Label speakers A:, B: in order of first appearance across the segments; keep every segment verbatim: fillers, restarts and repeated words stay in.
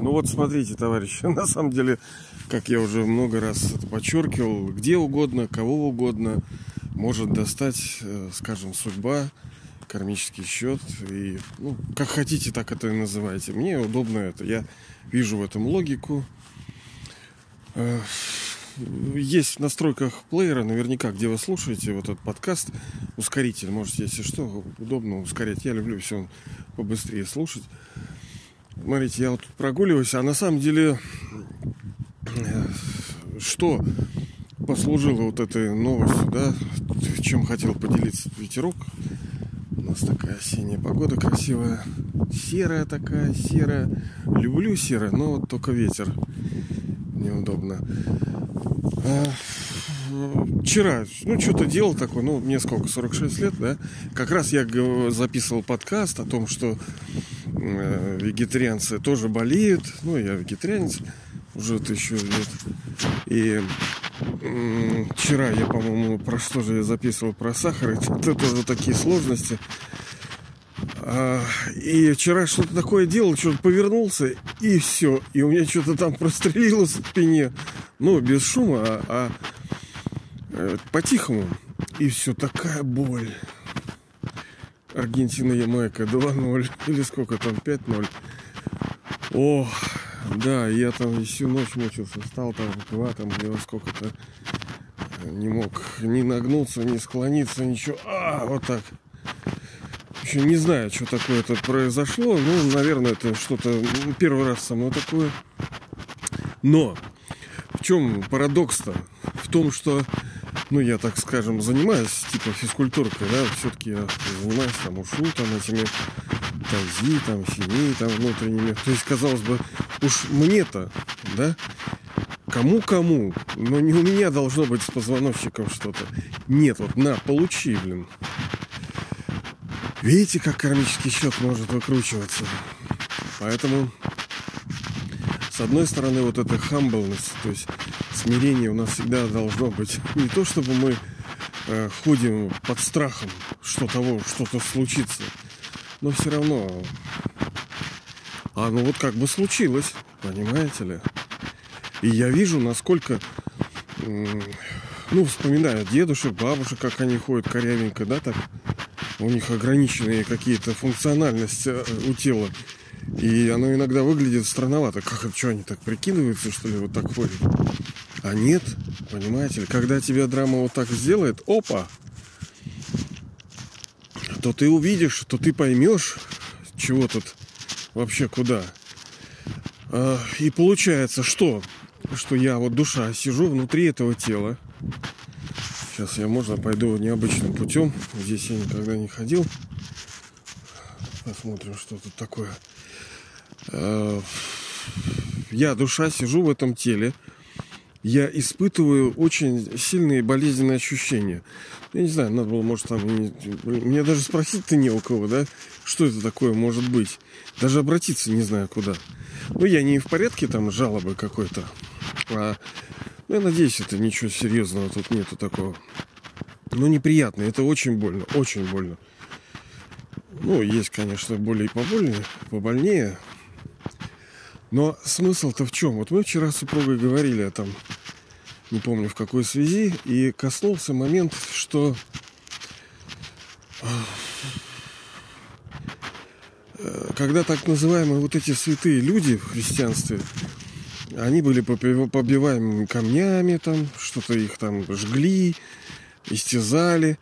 A: Ну вот смотрите, товарищи, на самом деле, как я уже много раз это подчеркивал, где угодно, кого угодно может достать, скажем, судьба, кармический счет. И, ну, как хотите, так это и называйте. Мне удобно это. Я вижу в этом логику. Есть в настройках плеера, наверняка, где вы слушаете вот этот подкаст, ускоритель. Можете, если что, удобно ускорять. Я люблю все побыстрее слушать. Смотрите, я вот тут прогуливаюсь, а на самом деле, что послужило вот этой новостью, да, чем хотел поделиться ветерок. У нас такая осенняя погода красивая, серая такая, серая. Люблю серое, но вот только ветер неудобно. А, вчера, ну, что-то делал такое, ну, мне сколько, сорок шесть лет, да? Как раз я записывал подкаст о том, что э, вегетарианцы тоже болеют. Ну, я вегетарианец уже тысячу лет. И э, вчера я, по-моему, про что же я записывал, про сахар. Это тоже такие сложности. А, и вчера что-то такое делал, что-то повернулся, и все. И у меня что-то там прострелилось в спине. Ну, без шума, а, а э, по-тихому. И все, такая боль. Аргентина, Ямайка два ноль. Или сколько там, пять ноль. О, да, я там всю ночь мучился. Встал там в два, там где сколько-то. Не мог ни нагнуться, ни склониться, ничего. А, вот так. Еще не знаю, что такое это произошло. Ну, наверное, это что-то первый раз со мной такое. Но в чем парадокс-то? В том, что, ну, я, так скажем, занимаюсь типа физкультуркой, да, все-таки я занимаюсь там ушу, там этими тази, там семи, там внутренними. То есть, казалось бы, уж мне-то, да, кому-кому, но не у меня должно быть с позвоночником что-то. Нет, вот на, получи, блин. Видите, как кармический счет может выкручиваться. Поэтому, с одной стороны, вот эта humbleness, то есть смирение у нас всегда должно быть. Не то, чтобы мы э, ходим под страхом, что того, что-то случится, но все равно. А ну вот как бы случилось, понимаете ли. И я вижу, насколько, э, ну, вспоминаю дедушек, бабушек, как они ходят корявенько, да, так. У них ограниченные какие-то функциональности у тела. И оно иногда выглядит странновато. Как это, что они так прикидываются, что ли, вот так ходят? А нет, понимаете ли, когда тебя драма вот так сделает, опа, то ты увидишь, то ты поймешь, чего тут вообще куда. И получается, что? Что я вот душа сижу внутри этого тела. Сейчас я, можно, пойду необычным путем. Здесь я никогда не ходил. Посмотрим, что тут такое. Я, душа, сижу в этом теле. Я испытываю очень сильные болезненные ощущения. Я не знаю, надо было, может, там... Мне даже спросить-то не у кого, да? Что это такое может быть? Даже обратиться не знаю куда. Ну, я не в порядке там жалобы какой-то. А... Я надеюсь, это ничего серьезного тут нету такого. Но неприятно, это очень больно, очень больно. Ну, есть, конечно, более и побольнее, побольнее. Но смысл-то в чем? Вот мы вчера с супругой говорили о том, не помню в какой связи, и коснулся момент, что когда так называемые вот эти святые люди в христианстве, они были побиваемыми камнями, там, что-то их там жгли, истязали.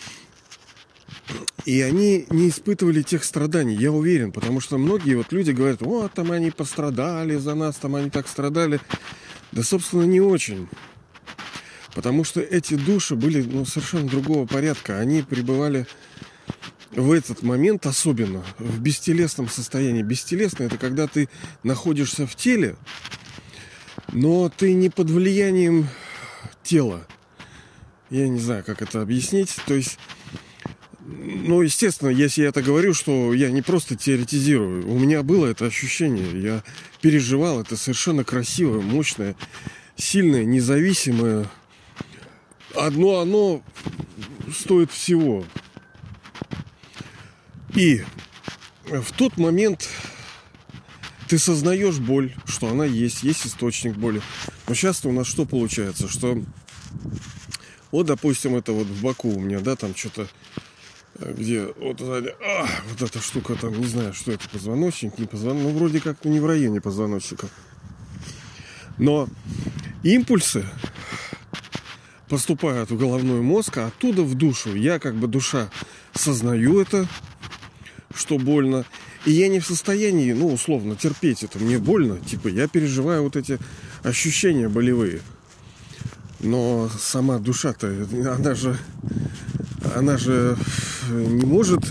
A: И они не испытывали тех страданий, я уверен, потому что многие вот люди говорят, вот там они пострадали за нас, там они так страдали. Да, собственно, не очень. Потому что эти души были, ну, совершенно другого порядка. Они пребывали в этот момент особенно в бестелесном состоянии. Бестелесное — это когда ты находишься в теле, но ты не под влиянием тела. Я не знаю, как это объяснить. То есть, ну, естественно, если я это говорю, что я не просто теоретизирую. У меня было это ощущение. Я переживал это совершенно красивое, мощное, сильное, независимое. Одно оно стоит всего. И в тот момент ты сознаешь боль, что она есть, есть источник боли. Но часто у нас что получается, что вот, допустим, это вот в боку у меня, да, там что-то, где вот сзади, а, вот эта штука там, не знаю, что это, позвоночник, не позвоночник, ну, вроде как не в районе позвоночника. Но импульсы поступают в головной мозг, а оттуда в душу. Я как бы душа сознаю это, что больно. И я не в состоянии, ну, условно, терпеть это. Мне больно. Типа, я переживаю вот эти ощущения болевые. Но сама душа-то, она же, она же не может,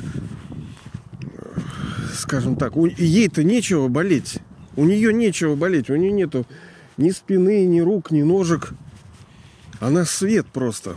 A: скажем так, у, ей-то нечего болеть. У нее нечего болеть. У нее нету ни спины, ни рук, ни ножек. Она свет просто.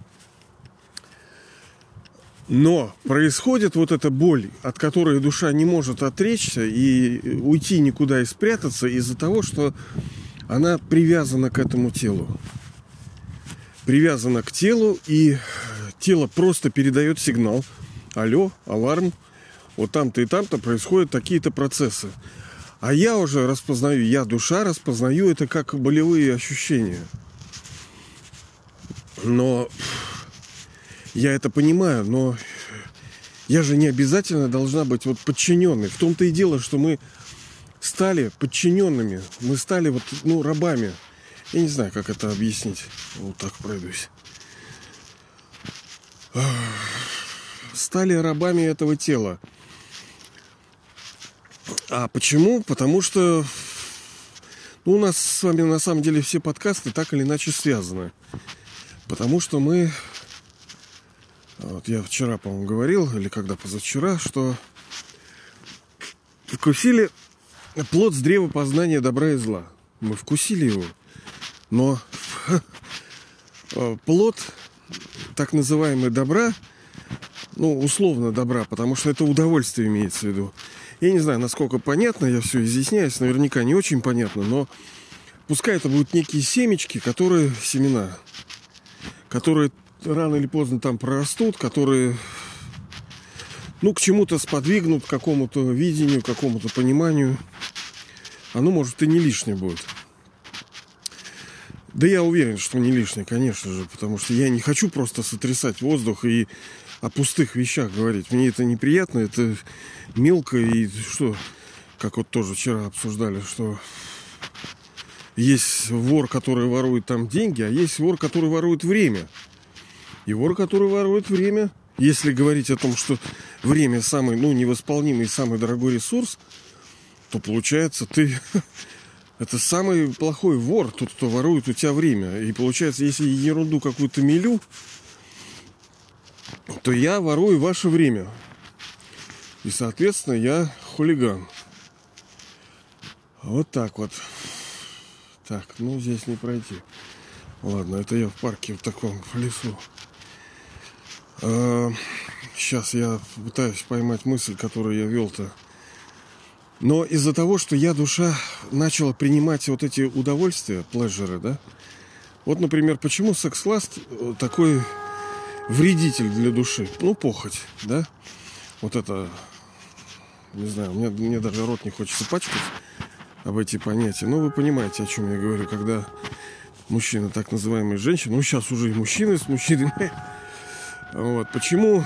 A: Но происходит вот эта боль, от которой душа не может отречься и уйти никуда и спрятаться из-за того, что она привязана к этому телу. Привязана к телу, и тело просто передает сигнал. Алло, аларм. Вот там-то и там-то происходят такие-то процессы. А я уже распознаю, я, душа, распознаю это как болевые ощущения. Но я это понимаю, но я же не обязательно должна быть вот подчиненной. В том-то и дело, что мы стали подчиненными. Мы стали вот, ну, рабами. Я не знаю, как это объяснить. Вот так пройдусь. Стали рабами этого тела. А почему? Потому что ну, у нас с вами на самом деле все подкасты так или иначе связаны. Потому что мы, вот я вчера, по-моему, говорил, или когда позавчера, что вкусили плод с древа познания добра и зла. Мы вкусили его, но плод так называемый добра, ну, условно добра, потому что это удовольствие имеется в виду. Я не знаю, насколько понятно, я все изъясняюсь, наверняка не очень понятно, но пускай это будут некие семечки, которые, семена, которые рано или поздно там прорастут, которые, ну, к чему-то сподвигнут, к какому-то видению, к какому-то пониманию. Оно, может, и не лишнее будет. Да я уверен, что не лишнее, конечно же, потому что я не хочу просто сотрясать воздух и о пустых вещах говорить. Мне это неприятно, это мелко, и что, как вот тоже вчера обсуждали, что есть вор, который ворует там деньги, а есть вор, который ворует время. И вор, который ворует время, если говорить о том, что время самый, ну, невосполнимый, самый дорогой ресурс, то получается ты... Это самый плохой вор, тот, кто ворует у тебя время. И получается, если ерунду какую-то мелю, то я ворую ваше время. И, соответственно, я хулиган. Вот так вот. Так, ну здесь не пройти. Ладно, это я в парке в таком, в лесу. А, сейчас я пытаюсь поймать мысль, которую я вел-то. Но из-за того, что я, душа, начала принимать вот эти удовольствия, пледжеры, да? Вот, например, почему секс-ласт такой вредитель для души? Ну, похоть, да? Вот это, не знаю, мне, мне даже рот не хочется пачкать об эти понятия. Но вы понимаете, о чем я говорю, когда мужчина, так называемый женщина, ну, сейчас уже и мужчины с мужчинами. Вот, почему?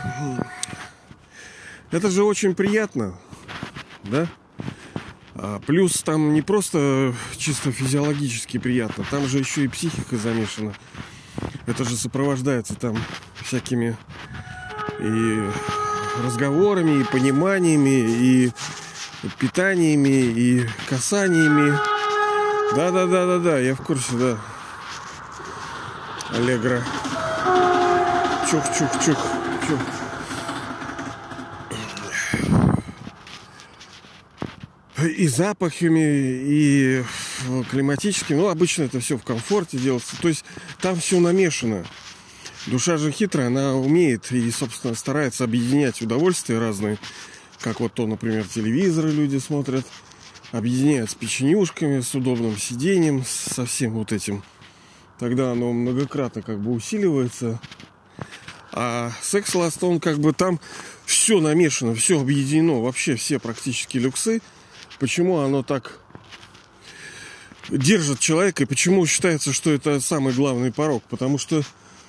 A: Это же очень приятно, да? А плюс там не просто чисто физиологически приятно, там же еще и психика замешана. Это же сопровождается там всякими и разговорами, и пониманиями, и питаниями, и касаниями. Да-да-да-да-да, я в курсе, да. Аллегро. Чух-чух-чух. Чух. И запахами, и климатическими. Ну, обычно это все в комфорте делается. То есть там все намешано. Душа же хитрая, она умеет и, собственно, старается объединять удовольствия разные. Как вот то, например, телевизоры люди смотрят. Объединяют с печенюшками, с удобным сиденьем, со всем вот этим. Тогда оно многократно как бы усиливается. А секс-ласт, он как бы там все намешано, все объединено. Вообще все практически люксы почему оно так держит человека, и почему считается, что это самый главный порок? Потому что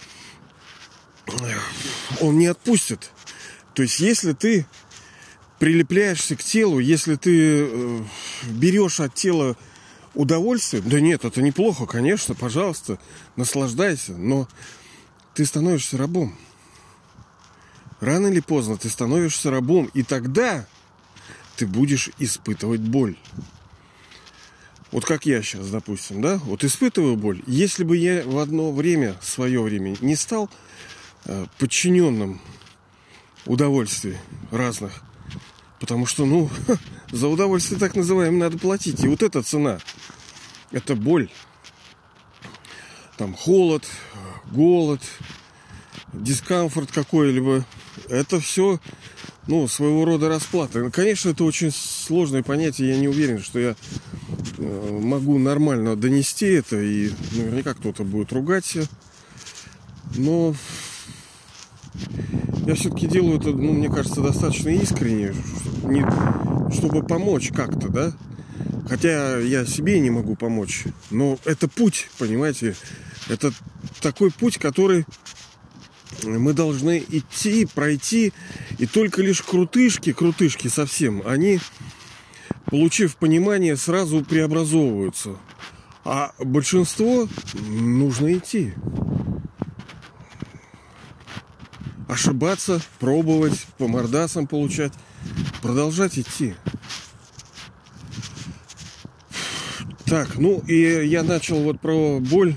A: он не отпустит. То есть, если ты прилепляешься к телу, если ты э, берешь от тела удовольствие, да нет, это неплохо, конечно, пожалуйста, наслаждайся, но ты становишься рабом. Рано или поздно ты становишься рабом, и тогда ты будешь испытывать боль. Вот как я сейчас, допустим, да, вот испытываю боль. Если бы я в одно время, в свое время, не стал э, подчиненным удовольствий разных, потому что, ну, за удовольствие так называемое надо платить. И вот эта цена, это боль. Там холод, голод, дискомфорт какой-либо. Это все, ну, своего рода расплата. Конечно, это очень сложное понятие. Я не уверен, что я могу нормально донести это. И наверняка кто-то будет ругать. Но я все-таки делаю это, ну, мне кажется, достаточно искренне, чтобы помочь как-то, да. Хотя я себе не могу помочь. Но это путь, понимаете. Это такой путь, который мы должны идти, пройти. И только лишь крутышки, крутышки совсем, они, получив понимание, сразу преобразовываются. А большинство нужно идти. Ошибаться, пробовать, по мордасам получать, продолжать идти. Так, ну и я начал вот про боль.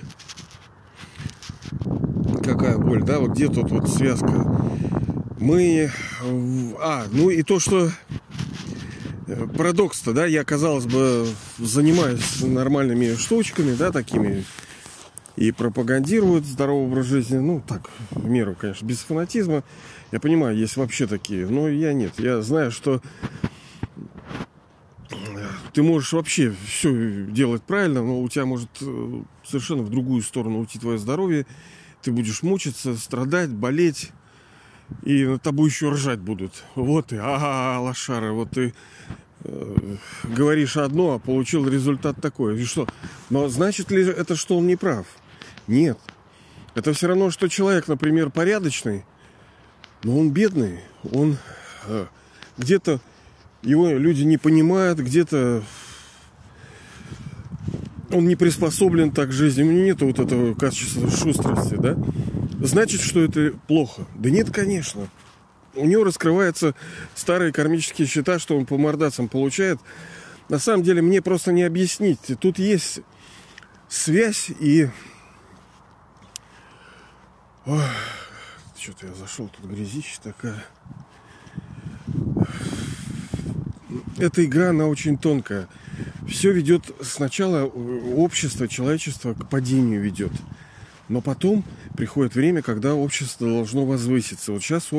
A: Какая боль, да? Вот где тут вот связка? Мы... А, ну и то, что... Парадокс-то, да? Я, казалось бы, занимаюсь нормальными штучками, да, такими... И пропагандируют здоровый образ жизни. Ну, так, в меру, конечно, без фанатизма. Я понимаю, есть вообще такие. Но я нет. Я знаю, что ты можешь вообще все делать правильно, но у тебя может совершенно в другую сторону уйти твое здоровье. Ты будешь мучиться, страдать, болеть. И над тобой еще ржать будут. Вот ты, ага, лошара, вот ты э, говоришь одно, а получил результат такой. И что? Но значит ли это, что он не прав? Нет. Это все равно, что человек, например, порядочный, но он бедный. Он э, где-то его люди не понимают, где-то он не приспособлен так к жизни. У него нет вот этого качества шустрости, да? Значит, что это плохо? Да нет, конечно. У него раскрываются старые кармические счета, что он по мордасам получает. На самом деле, мне просто не объяснить. Тут есть связь и... Ой, что-то я зашел, тут грязища такая. Эта игра, она очень тонкая. Все ведет сначала общество, человечество к падению ведет. Но потом приходит время, когда общество должно возвыситься. Вот сейчас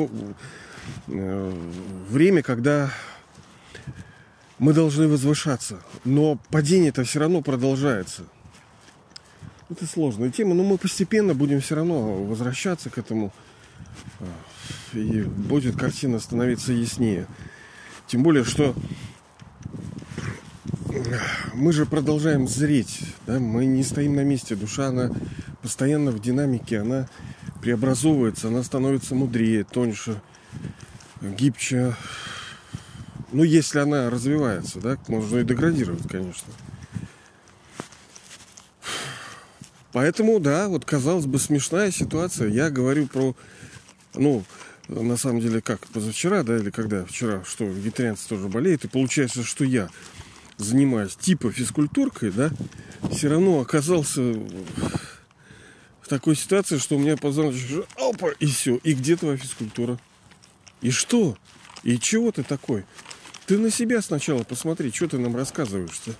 A: время, когда мы должны возвышаться. Но падение-то все равно продолжается. Это сложная тема, но мы постепенно будем все равно возвращаться к этому. И будет картина становиться яснее. Тем более, что мы же продолжаем зреть. Да? Мы не стоим на месте. Душа, она постоянно в динамике. Она преобразовывается. Она становится мудрее, тоньше, гибче. Ну, если она развивается, да, можно и деградировать, конечно. Поэтому, да, вот, казалось бы, смешная ситуация. Я говорю про, ну, на самом деле, как, позавчера, да, или когда, вчера, что вегетарианцы тоже болеют, и получается, что я, занимаюсь типа физкультуркой, да, все равно оказался в такой ситуации, что у меня позвоночник, опа, и все, и где твоя физкультура? И что? И чего ты такой? Ты на себя сначала посмотри, что ты нам рассказываешь-то?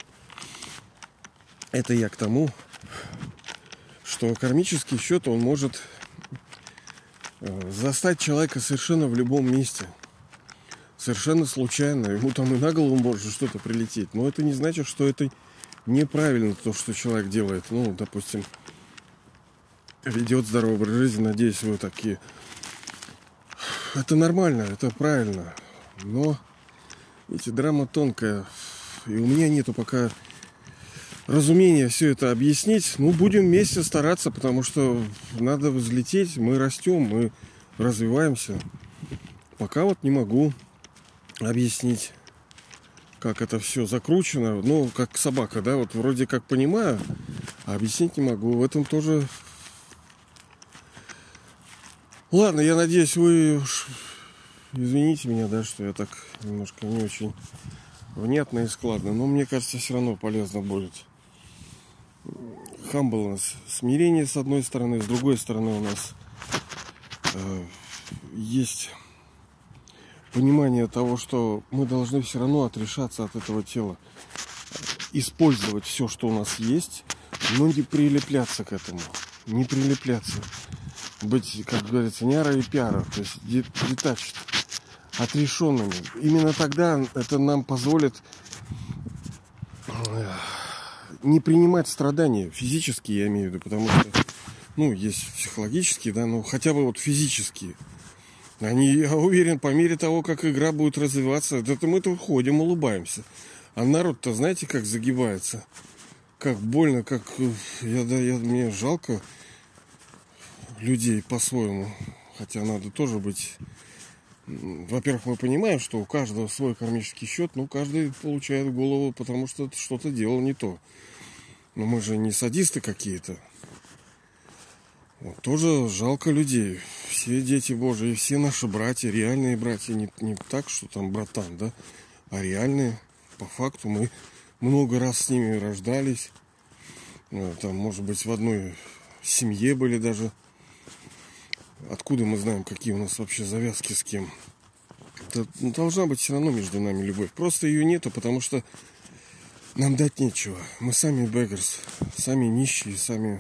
A: Это я к тому, что кармический счет, он может застать человека совершенно в любом месте. Совершенно случайно. Ему там и на голову может что-то прилететь. Но это не значит, что это неправильно, то, что человек делает. Ну, допустим, ведет здоровый образ жизни, надеюсь, вы такие. Это нормально, это правильно. Но Видите, драма тонкая. И у меня нету пока разумения все это объяснить. Ну, будем вместе стараться, потому что надо взлететь. Мы растем, мы развиваемся. Пока вот не могу объяснить, как это все закручено. Ну, как собака, да, вот вроде как понимаю, а объяснить не могу. В этом тоже... Ладно, я надеюсь, вы уж извините меня, да, что я так немножко не очень внятно и складно. Но мне кажется, все равно полезно будет. Humbleness, смирение с одной стороны, с другой стороны у нас э, есть понимание того, что мы должны все равно отрешаться от этого тела, использовать все, что у нас есть, но не прилепляться к этому, не прилепляться, быть, как говорится, няра и пиара, то есть детачить, отрешенными. Именно тогда это нам позволит не принимать страдания, физические я имею в виду, потому что, ну, есть психологические, да, но хотя бы вот физические. Они, я уверен, по мере того, как игра будет развиваться, это мы-то ходим, улыбаемся. А народ-то, знаете, как загибается? Как больно, как... Я, да, я, мне жалко людей по-своему. Хотя надо тоже быть... Во-первых, мы понимаем, что у каждого свой кармический счет, ну, каждый получает в голову, потому что что-то делал не то. Но мы же не садисты какие-то. Вот, тоже жалко людей. Все дети Божии, все наши братья, реальные братья, не, не так, что там братан, да, а реальные. По факту мы много раз с ними рождались. Там, может быть, в одной семье были даже. Откуда мы знаем, какие у нас вообще завязки с кем? Это, ну, должна быть все равно между нами любовь. Просто ее нету, потому что нам дать нечего. Мы сами beggars, сами нищие, сами...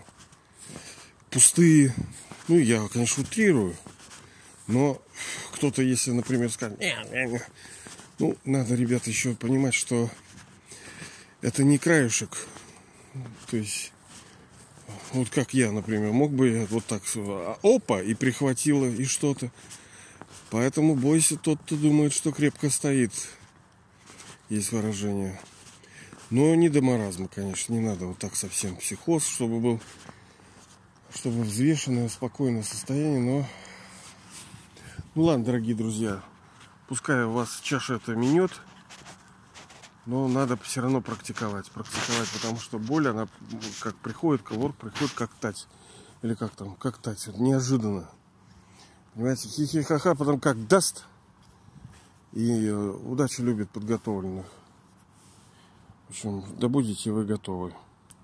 A: пустые. Ну, я, конечно, утрирую. Но кто-то, если, например, скажет... Не, не, не. Ну, надо, ребята, еще понимать, что это не краюшек. То есть, вот как я, например, мог бы вот так... Опа! И прихватило, и что-то. Поэтому бойся тот, кто думает, что крепко стоит. Есть выражение. Но не до маразма, конечно. Не надо вот так совсем психоз, чтобы был... чтобы взвешенное, спокойное состояние, но... Ну ладно, дорогие друзья, пускай у вас чаша это минет, но надо все равно практиковать, практиковать, потому что боль, она как приходит, коворк приходит как тать, или как там, как тать, неожиданно. Понимаете, хихи-ха-ха, потом как даст, и удача любит подготовленных. В общем, да будете вы готовы.